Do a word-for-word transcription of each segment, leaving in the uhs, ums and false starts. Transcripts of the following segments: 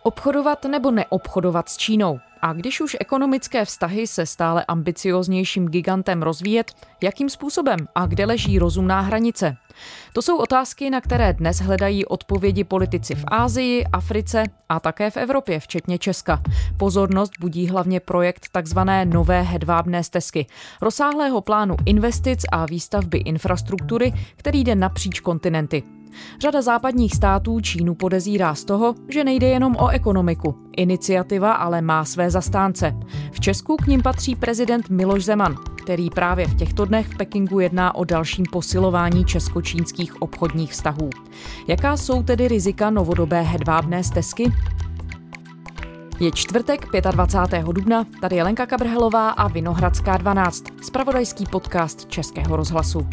Obchodovat nebo neobchodovat s Čínou? A když už ekonomické vztahy se stále ambicioznějším gigantem rozvíjet, jakým způsobem a kde leží rozumná hranice? To jsou otázky, na které dnes hledají odpovědi politici v Asii, Africe a také v Evropě, včetně Česka. Pozornost budí hlavně projekt takzvané Nové hedvábné stezky, rozsáhlého plánu investic a výstavby infrastruktury, který jde napříč kontinenty. Řada západních států Čínu podezírá z toho, že nejde jenom o ekonomiku. Iniciativa ale má své zastánce. V Česku k nim patří prezident Miloš Zeman, který právě v těchto dnech v Pekingu jedná o dalším posilování česko-čínských obchodních vztahů. Jaká jsou tedy rizika novodobé hedvábné stezky? Je čtvrtek, dvacátého pátého dubna, tady je Lenka Kabrhelová a Vinohradská dvanáct, zpravodajský podcast Českého rozhlasu.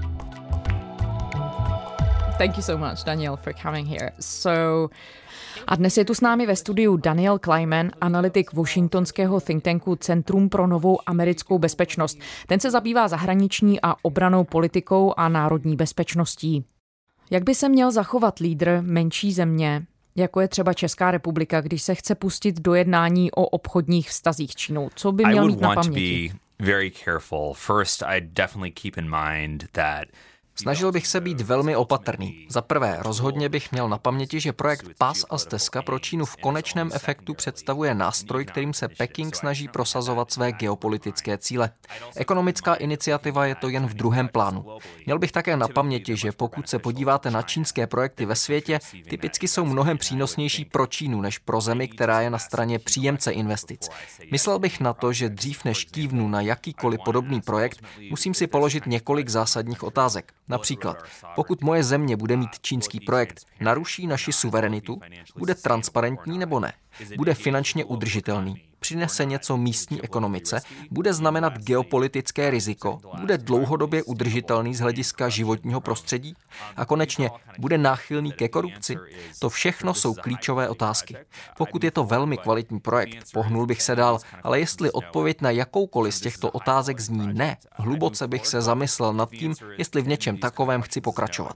Thank you so much, Daniel, for coming here. So... A dnes je tu s námi ve studiu Daniel Kleiman, analytik washingtonského think tanku Centrum pro novou americkou bezpečnost. Ten se zabývá zahraniční a obrannou politikou a národní bezpečností. Jak by se měl zachovat lídr menší země, jako je třeba Česká republika, když se chce pustit do jednání o obchodních vztazích s Čínou? Co by měl mít na paměti? Snažil bych se být velmi opatrný. Za prvé, rozhodně bych měl na paměti, že projekt Pas a stezka pro Čínu v konečném efektu představuje nástroj, kterým se Peking snaží prosazovat své geopolitické cíle. Ekonomická iniciativa je to jen v druhém plánu. Měl bych také na paměti, že pokud se podíváte na čínské projekty ve světě, typicky jsou mnohem přínosnější pro Čínu než pro zemi, která je na straně příjemce investic. Myslel bych na to, že dřív než kývnu na jakýkoliv podobný projekt, musím si položit několik zásadních otázek. Například, pokud moje země bude mít čínský projekt, naruší naši suverenitu, bude transparentní nebo ne? Bude finančně udržitelný? Přinese něco místní ekonomice? Bude znamenat geopolitické riziko? Bude dlouhodobě udržitelný z hlediska životního prostředí? A konečně, bude náchylný ke korupci? To všechno jsou klíčové otázky. Pokud je to velmi kvalitní projekt, pohnul bych se dál, ale jestli odpověď na jakoukoliv z těchto otázek zní ne, hluboce bych se zamyslel nad tím, jestli v něčem takovém chci pokračovat.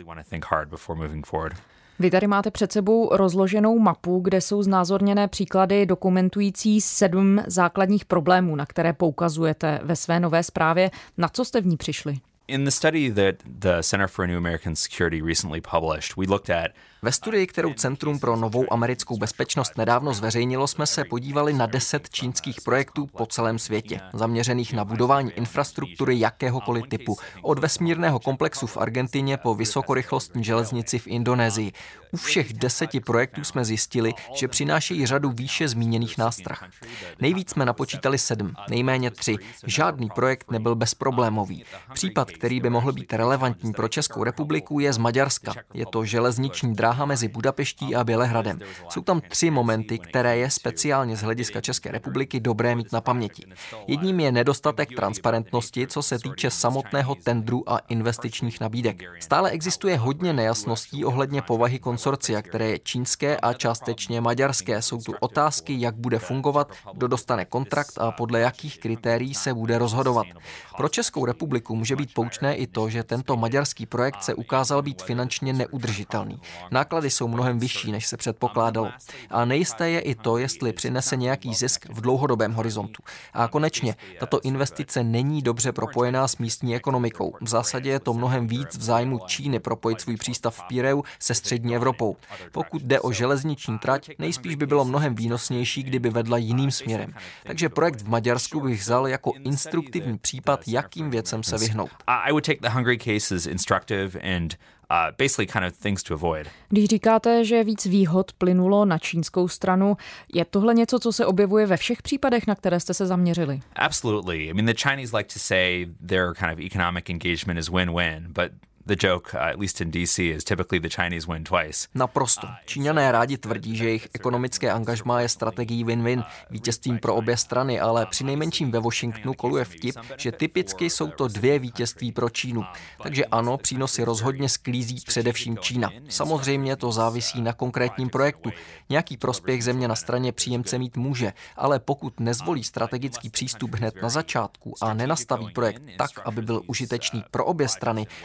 Vy tady máte před sebou rozloženou mapu, kde jsou znázorněné příklady dokumentující sedm základních problémů, na které poukazujete ve své nové zprávě. Na co jste v ní přišli? In the study that the Center for New American Security recently published, we looked at Ve studii, kterou Centrum pro novou americkou bezpečnost nedávno zveřejnilo, jsme se podívali na deset čínských projektů po celém světě, zaměřených na budování infrastruktury jakéhokoliv typu, od vesmírného komplexu v Argentině po vysokorychlostní železnici v Indonésii. U všech deseti projektů jsme zjistili, že přinášejí řadu výše zmíněných nástrah. Nejvíc jsme napočítali sedm, nejméně tři. Žádný projekt nebyl bezproblémový. Případ, který by mohl být relevantní pro Českou republiku, je z Maďarska. Je to železniční dráha mezi Budapeští a Bělehradem. Jsou tam tři momenty, které je speciálně z hlediska České republiky dobré mít na paměti. Jedním je nedostatek transparentnosti, co se týče samotného tendru a investičních nabídek. Stále existuje hodně nejasností ohledně povahy konsorcia, které je čínské a částečně maďarské. Jsou tu otázky, jak bude fungovat, kdo dostane kontrakt a podle jakých kritérií se bude rozhodovat. Pro Českou republiku může být poučné i to, že tento maďarský projekt se ukázal být finančně neudržitelný. Náklady jsou mnohem vyšší, než se předpokládalo. A nejisté je i to, jestli přinese nějaký zisk v dlouhodobém horizontu. A konečně, tato investice není dobře propojená s místní ekonomikou. V zásadě je to mnohem víc v zájmu Číny propojit svůj přístav v Pireu se střední Evropou. Pokud jde o železniční trať, nejspíš by bylo mnohem výnosnější, kdyby vedla jiným směrem. Takže projekt v Maďarsku bych vzal jako instruktivní případ, jakým věcem se vyhnout. I would take the Hungary case as instructive and Uh, basically kind of things to avoid. Když říkáte, že víc výhod plynulo na čínskou stranu, je tohle něco, co se objevuje ve všech případech, na které jste se zaměřili? Absolutely. I mean, the Chinese like to say their kind of economic engagement is win-win, but the joke, uh, at least in D C, is typically the Chinese win twice. Naprosto. Číňané rádi tvrdí, že jejich ekonomické angažmá je strategií win-win, vítězstvím pro obě strany, ale při nejmenším ve Washingtonu koluje vtip, že typicky jsou to dvě vítězství pro Čínu. Takže ano, přínosy rozhodně sklízí především Čína. Samozřejmě to závisí na konkrétním projektu. Nějaký prospěch země na straně příjemce mít může, ale pokud nezvolí strategický přístup hned na začátku a nenastaví projekt tak, aby byl užitečný pro obě strany, existuje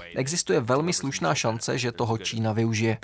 existuje velmi slušná šance, že toho Čína využije.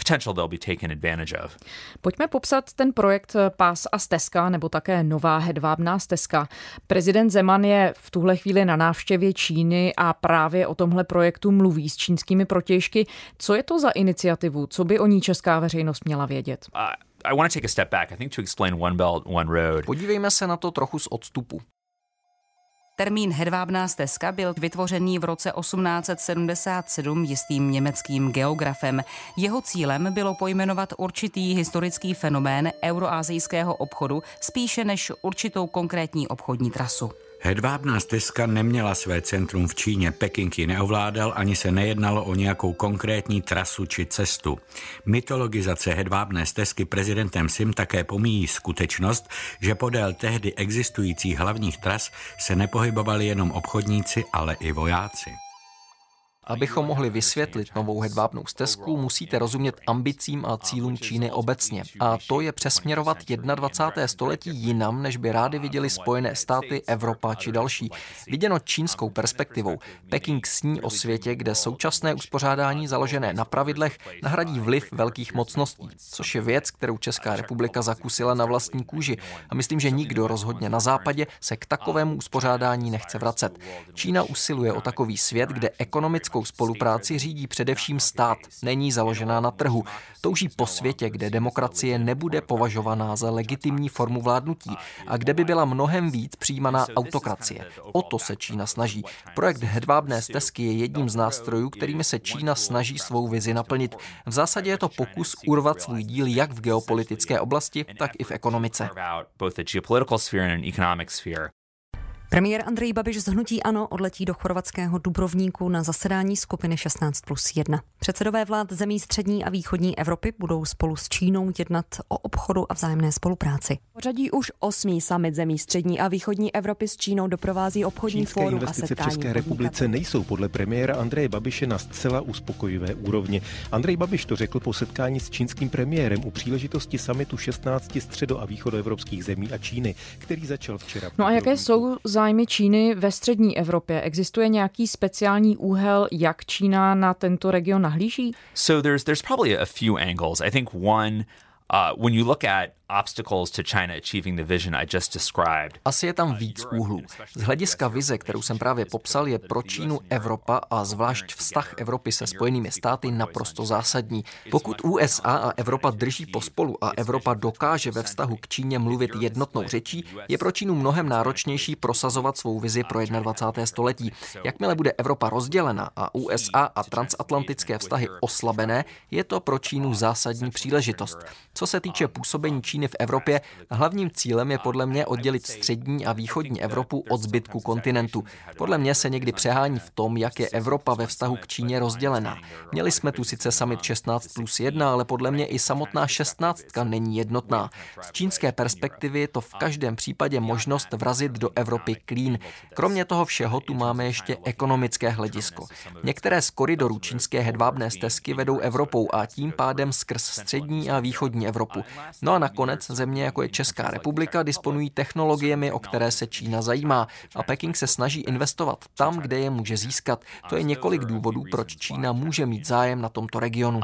Pojďme popsat ten projekt Pás a stezka, nebo také Nová hedvábná stezka. Prezident Zeman je v tuhle chvíli na návštěvě Číny a právě o tomhle projektu mluví s čínskými protějšky. Co je to za iniciativu? Co by o ní česká veřejnost měla vědět? I want to take a step back, I think, to explain One Belt, One Road. Podívejme se na to trochu z odstupu. Termín hedvábná stezka byl vytvořený v roce osmnáct set sedmdesát sedm jistým německým geografem. Jeho cílem bylo pojmenovat určitý historický fenomén euroasijského obchodu spíše než určitou konkrétní obchodní trasu. Hedvábná stezka neměla své centrum v Číně, Peking ji neovládal, ani se nejednalo o nějakou konkrétní trasu či cestu. Mytologizace hedvábné stezky prezidentem Sim také pomíjí skutečnost, že podél tehdy existujících hlavních tras se nepohybovali jenom obchodníci, ale i vojáci. Abychom mohli vysvětlit novou hedvábnou stezku, musíte rozumět ambicím a cílům Číny obecně. A to je přesměrovat dvacáté první století jinam, než by rádi viděli Spojené státy, Evropa či další. Viděno čínskou perspektivou, Peking sní o světě, kde současné uspořádání založené na pravidlech nahradí vliv velkých mocností, což je věc, kterou Česká republika zakusila na vlastní kůži. A myslím, že nikdo rozhodně na západě se k takovému uspořádání nechce vracet. Čína usiluje o takový svět, kde ekonomickou spolupráci řídí především stát, není založená na trhu. Touží po světě, kde demokracie nebude považovaná za legitimní formu vládnutí a kde by byla mnohem víc přijímaná autokracie. O to se Čína snaží. Projekt hedvábné stezky je jedním z nástrojů, kterými se Čína snaží svou vizi naplnit. V zásadě je to pokus urvat svůj díl jak v geopolitické oblasti, tak i v ekonomice. Premiér Andrej Babiš z hnutí ANO odletí do chorvatského Dubrovníku na zasedání skupiny šestnáct plus jedna. Předsedové vlád zemí střední a východní Evropy budou spolu s Čínou jednat o obchodu a vzájemné spolupráci. Pořadí už osmý summit zemí střední a východní Evropy s Čínou doprovází obchodní Čínské fórum a investice setkání. v České republice nejsou podle premiéra Andreje Babiše na zcela uspokojivé úrovni. Andrej Babiš to řekl po setkání s čínským premiérem u příležitosti summitu šestnácti středo- a východoevropských zemí a Číny, který začal včera. No a jaké jsou zájmy Číny ve střední Evropě? Existuje nějaký speciální úhel, jak Čína na tento region nahlíží? So there's there's probably a few angles. I think one, uh, when you look at obstacles to China achieving the vision I just described. Asi je tam víc úhlů. Z hlediska vize, kterou jsem právě popsal, je pro Čínu Evropa a zvlášť vztah Evropy se Spojenými státy naprosto zásadní. Pokud U S A a Evropa drží pospolu a Evropa dokáže ve vztahu k Číně mluvit jednotnou řečí, je pro Čínu mnohem náročnější prosazovat svou vizi pro dvacáté první století. Jakmile bude Evropa rozdělena a U S A a transatlantické vztahy oslabené, je to pro Čínu zásadní příležitost. Co se týče působení Číny v Evropě, hlavním cílem je podle mě oddělit střední a východní Evropu od zbytku kontinentu. Podle mě se někdy přehání v tom, jak je Evropa ve vztahu k Číně rozdělená. Měli jsme tu sice summit šestnáct plus jedna, ale podle mě i samotná šestnáctka není jednotná. Z čínské perspektivy je to v každém případě možnost vrazit do Evropy klín. Kromě toho všeho tu máme ještě ekonomické hledisko. Některé z koridorů čínské hedvábné stezky vedou Evropou a tím pádem skrz střední a východní Evropu. No a nakonec země jako je Česká republika disponují technologiemi, o které se Čína zajímá a Peking se snaží investovat tam, kde je může získat. To je několik důvodů, proč Čína může mít zájem na tomto regionu.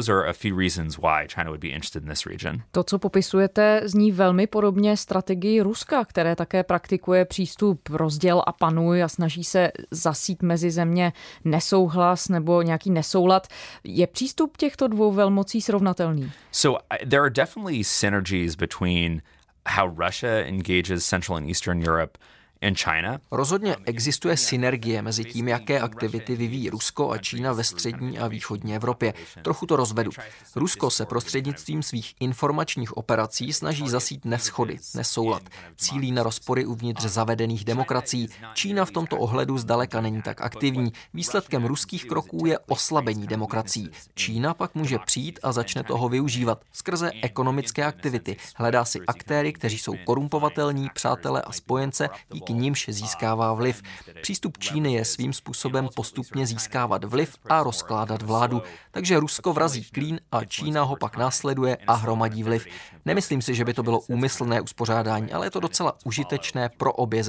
To, co popisujete, zní velmi podobně strategii Ruska, které také praktikuje přístup rozděl a panuj a snaží se zasít mezi země nesouhlas nebo nějaký nesoulad. Je přístup těchto dvou velmocí srovnatelný? So uh, there are definitely synergies between how Russia engages Central and Eastern Europe and China. Rozhodně existuje synergie mezi tím, jaké aktivity vyvíjí Rusko a Čína ve střední a východní Evropě. Trochu to rozvedu. Rusko se prostřednictvím svých informačních operací snaží zasít neschody, nesoulad. Cílí na rozpory uvnitř zavedených demokracií. Čína v tomto ohledu zdaleka není tak aktivní. Výsledkem ruských kroků je oslabení demokracií. Čína pak může přijít a začne toho využívat skrze ekonomické aktivity. Hledá si aktéry, kteří jsou korumpovatelní, přátelé a spojence, díky nímž získává vliv. Přístup Číny je svým způsobem postupně získávat vliv a rozkládat vládu. Takže Rusko vrazí klín a Čína ho pak následuje a hromadí vliv. Nemyslím si, že by to bylo úmyslné uspořádání, ale je to docela užitečné pro obě země.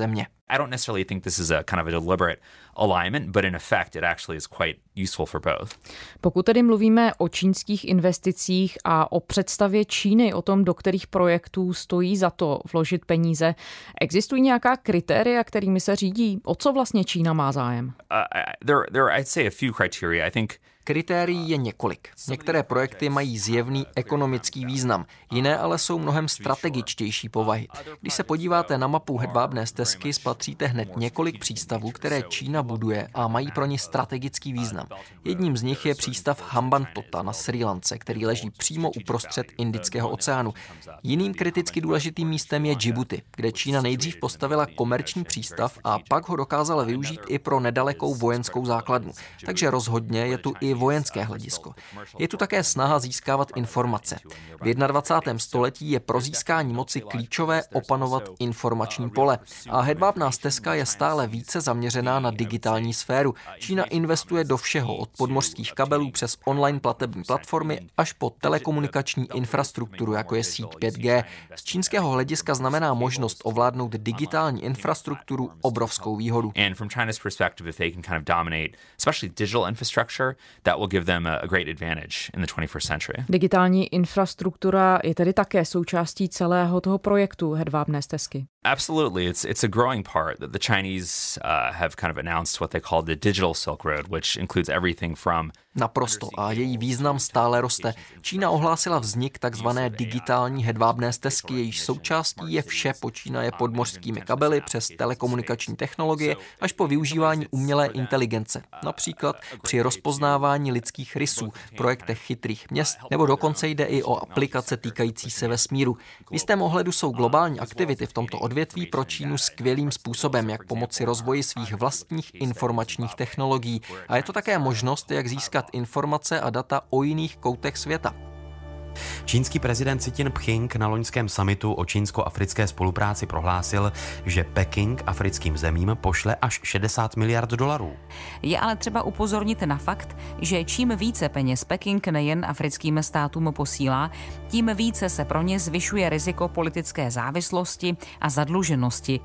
I don't necessarily think this is a kind of a deliberate alignment, but in effect it actually is quite useful for both. Pokud tedy mluvíme o čínských investicích a o představě Číny, o tom, do kterých projektů stojí za to vložit peníze, existují nějaká kritéria, kterými se řídí? O co vlastně Čína má zájem? Uh, there, there, I'd say a few criteria. I think Kritérií je několik. Některé projekty mají zjevný ekonomický význam, jiné ale jsou mnohem strategičtější povahy. Když se podíváte na mapu hedvábné stezky, spatříte hned několik přístavů, které Čína buduje a mají pro ní strategický význam. Jedním z nich je přístav Hambantota na Srí Lance, který leží přímo uprostřed Indického oceánu. Jiným kriticky důležitým místem je Djibouti, kde Čína nejdřív postavila komerční přístav a pak ho dokázala využít i pro nedalekou vojenskou základnu. Takže rozhodně je tu i vojenské hledisko. Je tu také snaha získávat informace. V dvacátém prvním století je pro získání moci klíčové opanovat informační pole a hedvábná stezka je stále více zaměřená na digitální sféru. Čína investuje do všeho od podmořských kabelů přes online platební platformy až po telekomunikační infrastrukturu, jako je síť pět G. Z čínského hlediska znamená možnost ovládnout digitální infrastrukturu obrovskou výhodu. And from China's perspective, if they can kind of dominate, especially digital infrastructure, that will give them a great advantage in the twenty-first century. Digitální infrastruktura je tedy také součástí celého toho projektu hedvábné stezky. Absolutely. It's it's a growing part that the Chinese uh, have kind of announced what they call the digital Silk Road, which includes everything from Naprosto a její význam stále roste. Čína ohlásila vznik takzvané digitální hedvábné stezky, jejíž součástí je vše počínaje podmořskými kabely přes telekomunikační technologie až po využívání umělé inteligence, například při rozpoznávání lidských rysů, projektech chytrých měst, nebo dokonce jde i o aplikace týkající se vesmíru. V jistém ohledu jsou globální aktivity v tomto odvětví pro Čínu skvělým způsobem, jak pomoci rozvoji svých vlastních informačních technologií. A je to také možnost, jak získat informace a data o jiných koutech světa. Čínský prezident Xi Jinping na loňském summitu o čínsko-africké spolupráci prohlásil, že Peking africkým zemím pošle až šedesát miliard dolarů. Je ale třeba upozornit na fakt, že čím více peněz Peking nejen africkým státům posílá, tím více se pro ně zvyšuje riziko politické závislosti a zadluženosti.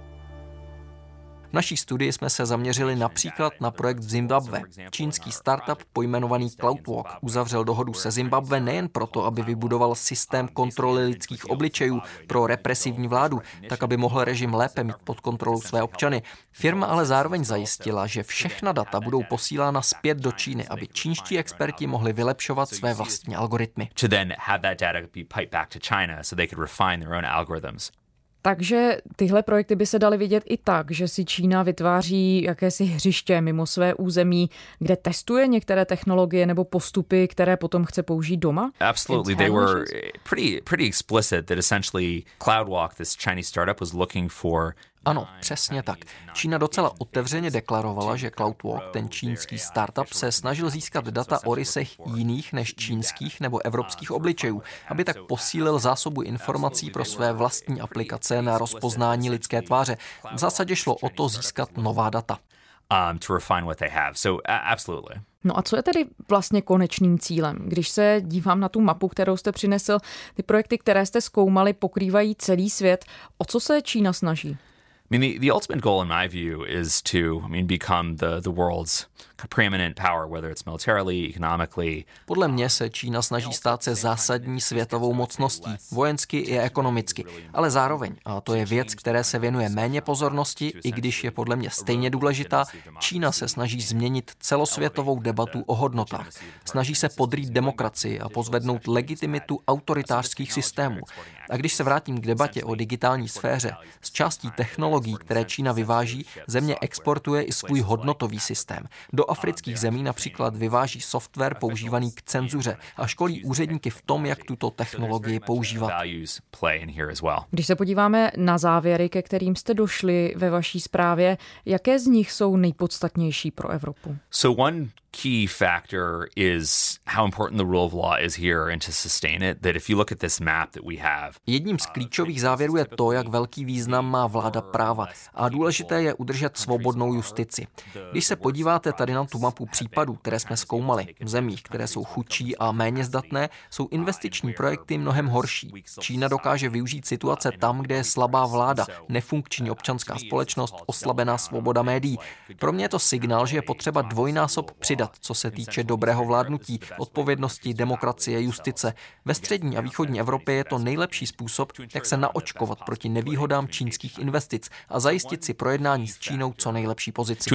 V naší studii jsme se zaměřili například na projekt v Zimbabwe. Čínský startup pojmenovaný CloudWalk uzavřel dohodu se Zimbabwe nejen proto, aby vybudoval systém kontroly lidských obličejů pro represivní vládu, tak aby mohl režim lépe mít pod kontrolou své občany. Firma ale zároveň zajistila, že všechna data budou posílána zpět do Číny, aby čínští experti mohli vylepšovat své vlastní algoritmy. to then have that data be piped back to China so they could refine their own algorithms. Takže tyhle projekty by se daly vidět i tak, že si Čína vytváří jakési hřiště mimo své území, kde testuje některé technologie nebo postupy, které potom chce použít doma? Absolutely. They were pretty pretty explicit that essentially CloudWalk, this Chinese startup, was looking for Ano, přesně tak. Čína docela otevřeně deklarovala, že CloudWalk, ten čínský startup, se snažil získat data o rysech jiných než čínských nebo evropských obličejů, aby tak posílil zásobu informací pro své vlastní aplikace na rozpoznání lidské tváře. V zásadě šlo o to získat nová data. Um, to refine what they have. So uh, absolutely. No a co je tedy vlastně konečným cílem? Když se dívám na tu mapu, kterou jste přinesl, ty projekty, které jste zkoumali, pokrývají celý svět. O co se Čína snaží? I mean, the, the ultimate goal in my view is to, I mean, become the, the world's preeminent power, whether it's militarily, economically. Podle mě se Čína snaží stát se zásadní světovou mocností, vojensky i ekonomicky, ale zároveň, a to je věc, které se věnuje méně pozornosti, i když je podle mě stejně důležitá, Čína se snaží změnit celosvětovou debatu o hodnotách. Snaží se podrýt demokracii a pozvednout legitimitu autoritářských systémů. A když se vrátím k debatě o digitální sféře, z částí technologií, které Čína vyváží, země exportuje i svůj hodnotový systém. Do afrických zemí například vyváží software používaný k cenzuře a školí úředníky v tom, jak tuto technologii používat. Když se podíváme na závěry, ke kterým jste došli ve vaší zprávě, jaké z nich jsou nejpodstatnější pro Evropu? So one key factor is how important the rule of law is here and to sustain it. That if you look at this map that we have. Jedním z klíčových závěrů je to, jak velký význam má vláda práva a důležité je udržet svobodnou justici. Když se podíváte tady na tu mapu případů, které jsme zkoumali, v zemích, které jsou chudší a méně zdatné, jsou investiční projekty mnohem horší. Čína dokáže využít situace tam, kde je slabá vláda, nefunkční občanská společnost, oslabená svoboda médií. Pro mě je to signál, že je potřeba dvojnásob přidat, co se týče dobrého vládnutí, odpovědnosti, demokracie, justice. Ve střední a východní Evropě je to nejlepší způsob, jak se naočkovat proti nevýhodám čínských investic a zajistit si pro jednání s Čínou co nejlepší pozici.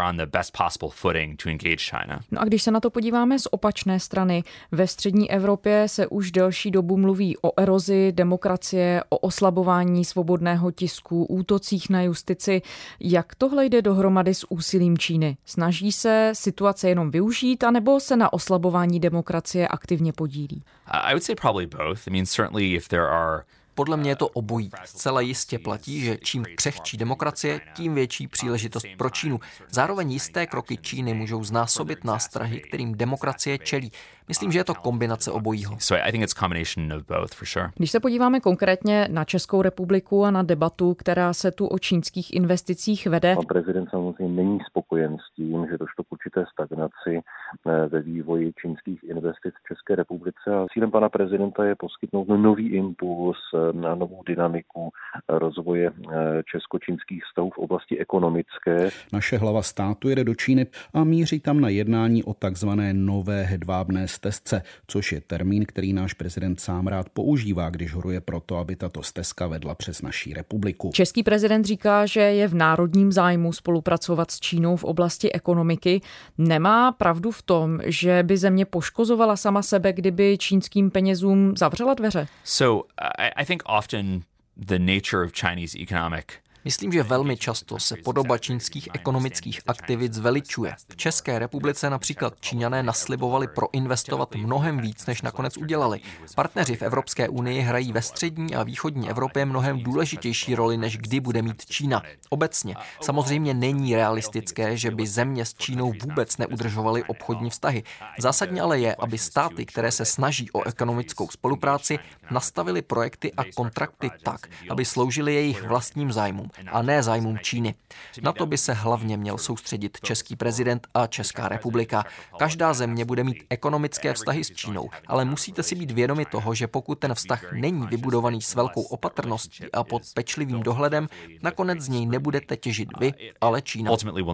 No a když se na to podíváme z opačné strany, ve střední Evropě se už delší dobu mluví o erozi demokracie, o oslabování svobodného tisku, útocích na justici. Jak tohle jde dohromady s úsilím Číny? Snaží se situace jenom využít, anebo se na oslabování demokracie aktivně podílí? I would say probably both. I mean, certainly if there are Podle mě je to obojí. Zcela jistě platí, že čím křehčí demokracie, tím větší příležitost pro Čínu. Zároveň jisté kroky Číny můžou znásobit nástrahy, kterým demokracie čelí. Myslím, že je to kombinace obojího. So I think it's a combination of both for sure. Když se podíváme konkrétně na Českou republiku a na debatu, která se tu o čínských investicích vede. Pan prezident samozřejmě není spokojen s tím, že došlo k určité stagnaci ve vývoji čínských investic v České republice a cílem pana prezidenta je poskytnout nový impuls na novou dynamiku rozvoje česko-čínských vztahů v oblasti ekonomické. Naše hlava státu jede do Číny a míří tam na jednání o takzvané nové hedvábné stezce, což je termín, který náš prezident sám rád používá, když horuje proto, aby tato stezka vedla přes naší republiku. Český prezident říká, že je v národním zájmu spolupracovat s Čínou v oblasti ekonomiky. Nemá pravdu v tom, že by země poškozovala sama sebe, kdyby čínským penězům zavřela dveře? So I, I think often the nature of Chinese economic Myslím, že velmi často se podoba čínských ekonomických aktivit zveličuje. V České republice například Číňané naslibovali proinvestovat mnohem víc, než nakonec udělali. Partneři v Evropské unii hrají ve střední a východní Evropě mnohem důležitější roli, než kdy bude mít Čína. Obecně samozřejmě není realistické, že by země s Čínou vůbec neudržovaly obchodní vztahy. Zásadně ale je, aby státy, které se snaží o ekonomickou spolupráci, nastavily projekty a kontrakty tak, aby sloužily jejich vlastním zájmům a ne zájmům Číny. Na to by se hlavně měl soustředit český prezident a Česká republika. Každá země bude mít ekonomické vztahy s Čínou, ale musíte si být vědomi toho, že pokud ten vztah není vybudovaný s velkou opatrností a pod pečlivým dohledem, nakonec z něj nebudete těžit vy, ale Čína.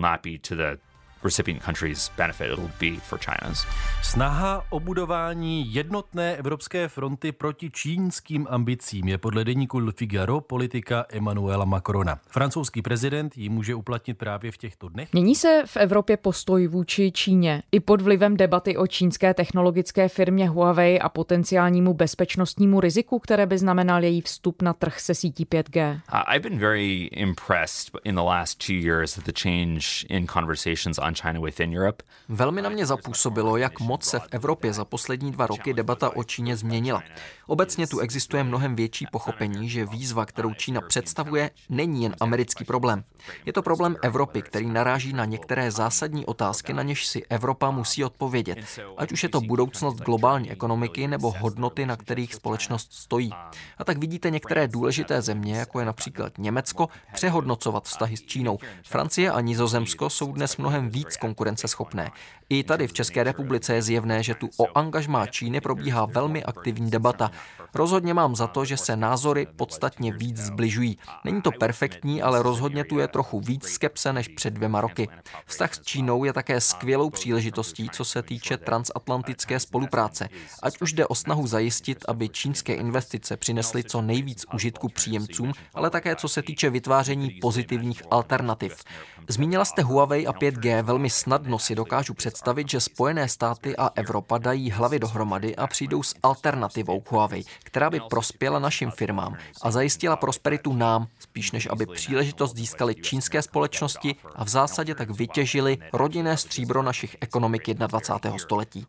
recipient countries benefit, it'll be for China's. Snaha o budování jednotné evropské fronty proti čínským ambicím je podle deníku Le Figaro politika Emmanuela Macrona. Francouzský prezident ji může uplatnit právě v těchto dnech. Mění se v Evropě postoj vůči Číně i pod vlivem debaty o čínské technologické firmě Huawei a potenciálnímu bezpečnostnímu riziku, které by znamenal její vstup na trh se sítí pět G. I've been very impressed in the last two years at the change in conversations on China within Europe. Velmi na mě zapůsobilo, jak moc se v Evropě za poslední dva roky debata o Číně změnila. Obecně tu existuje mnohem větší pochopení, že výzva, kterou Čína představuje, není jen americký problém. Je to problém Evropy, který naráží na některé zásadní otázky, na něž si Evropa musí odpovědět. Ať už je to budoucnost globální ekonomiky nebo hodnoty, na kterých společnost stojí. A tak vidíte některé důležité země, jako je například Německo, přehodnocovat vztahy s Čínou. Francie a Nizozemsko jsou dnes mnohem víc konkurenceschopné. I tady v České republice je zjevné, že tu o angažmá Číny probíhá velmi aktivní debata. Rozhodně mám za to, že se názory podstatně víc zbližují. Není to perfektní, ale rozhodně tu je trochu víc skepse než před dvěma roky. Vztah s Čínou je také skvělou příležitostí, co se týče transatlantické spolupráce. Ať už jde o snahu zajistit, aby čínské investice přinesly co nejvíc užitku příjemcům, ale také co se týče vytváření pozitivních alternativ. Zmínila jste Huawei a pět G, velmi snadno si dokážu představit, že Spojené státy a Evropa dají hlavy dohromady a přijdou s alternativou k Huawei, která by prospěla našim firmám a zajistila prosperitu nám, spíš než aby příležitost získali čínské společnosti a v zásadě tak vytěžili rodinné stříbro našich ekonomik dvacátého prvního století.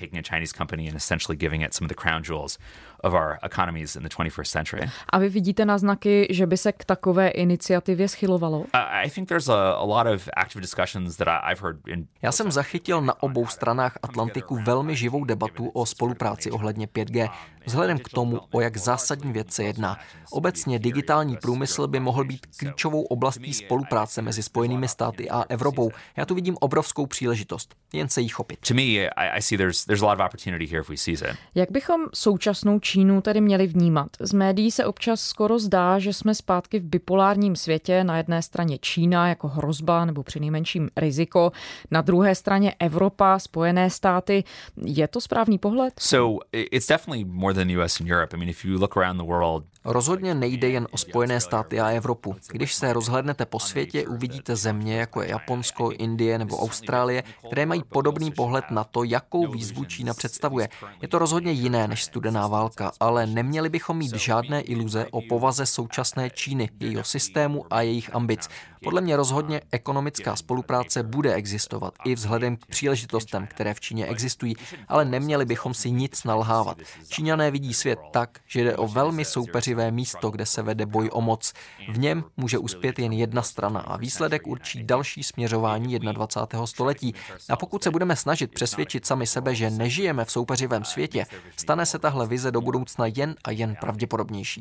A vy vidíte náznaky, že by se k takové iniciativě schylovalo? I think there's a, a lot of active discussions that I've heard in... Já jsem zachytil na obou stranách Atlantiku velmi živou debatu o spolupráci ohledně pět G, vzhledem k tomu, o jak zásadní věc se jedná. Obecně digitální průmysl by mohl být klíčovou oblastí spolupráce mezi Spojenými státy a Evropou. Já tu vidím obrovskou příležitost, jen se jí chopit. To me, I see there's there's a lot of opportunity here if we seize it. Jak bychom současnou Čínu tedy měli vnímat? Z médií se občas skoro zdá, že jsme zpátky v bipolárním světě. Na jedné straně Čína jako hrozba nebo přinejmenším riziko, na druhé straně Evropa, Spojené státy. Je to správný pohled? So it's definitely more than U S and Europe. I mean, if you look around the world, rozhodně nejde jen o Spojené státy a Evropu. Když se rozhlédnete po světě, uvidíte země jako je Japonsko, Indie nebo Austrálie, které mají podobný pohled na to, jakou výzvu Čína představuje. Je to rozhodně jiné než studená válka, ale neměli bychom mít žádné iluze o povaze současné Číny, jejího systému a jejich ambic. Podle mě rozhodně ekonomická spolupráce bude existovat i vzhledem k příležitostem, které v Číně existují, ale neměli bychom si nic nalhávat. Číňané vidí svět tak, že jde o velmi soupeřivé místo, kde se vede boj o moc. V něm může uspět jen jedna strana a výsledek určí další směřování dvacátého prvního století. A pokud se budeme snažit přesvědčit sami sebe, že nežijeme v soupeřivém světě, stane se tahle vize do budoucna jen a jen pravděpodobnější.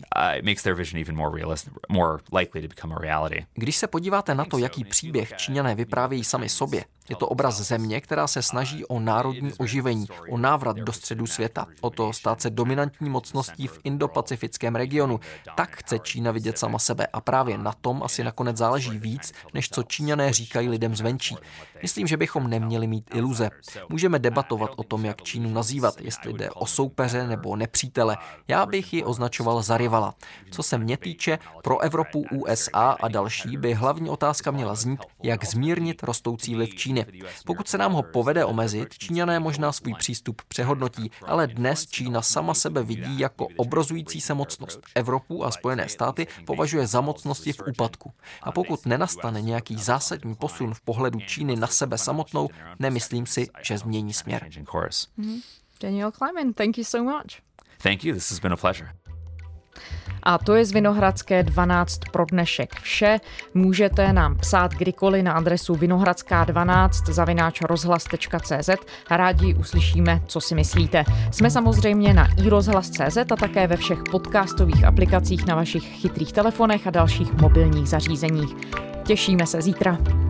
Když se podíváte na to, jaký příběh Číňané vyprávějí sami sobě, je to obraz země, která se snaží o národní oživení, o návrat do středu světa, o to stát se dominantní mocností v indopacifickém regionu. Tak chce Čína vidět sama sebe a právě na tom asi nakonec záleží víc, než co Číňané říkají lidem zvenčí. Myslím, že bychom neměli mít iluze. Můžeme debatovat o tom, jak Čínu nazývat, jestli jde o soupeře nebo nepřítele. Já bych ji označoval za rivala. Co se mě týče, pro Evropu, U S A a další by hlavní otázka měla znít, jak zmírnit rostoucí vliv Číny. Pokud se nám ho povede omezit, Číňané možná svůj přístup přehodnotí, ale dnes Čína sama sebe vidí jako obrozující se mocnost. Evropu a Spojené státy považuje za mocnosti v úpadku. A pokud nenastane nějaký zásadní posun v pohledu Číny na sebe samotnou, nemyslím si, že změní směr. Mm-hmm. Daniel Kleiman, thank you so much. Thank you, this has been a pleasure. A to je z Vinohradské dvanáct pro dnešek vše. Můžete nám psát kdykoliv na adresu vinohradská dvanáct zavináč rozhlas tečka cé zet. Rádi uslyšíme, co si myslíte. Jsme samozřejmě na i rozhlas tečka cé zet a také ve všech podcastových aplikacích na vašich chytrých telefonech a dalších mobilních zařízeních. Těšíme se zítra.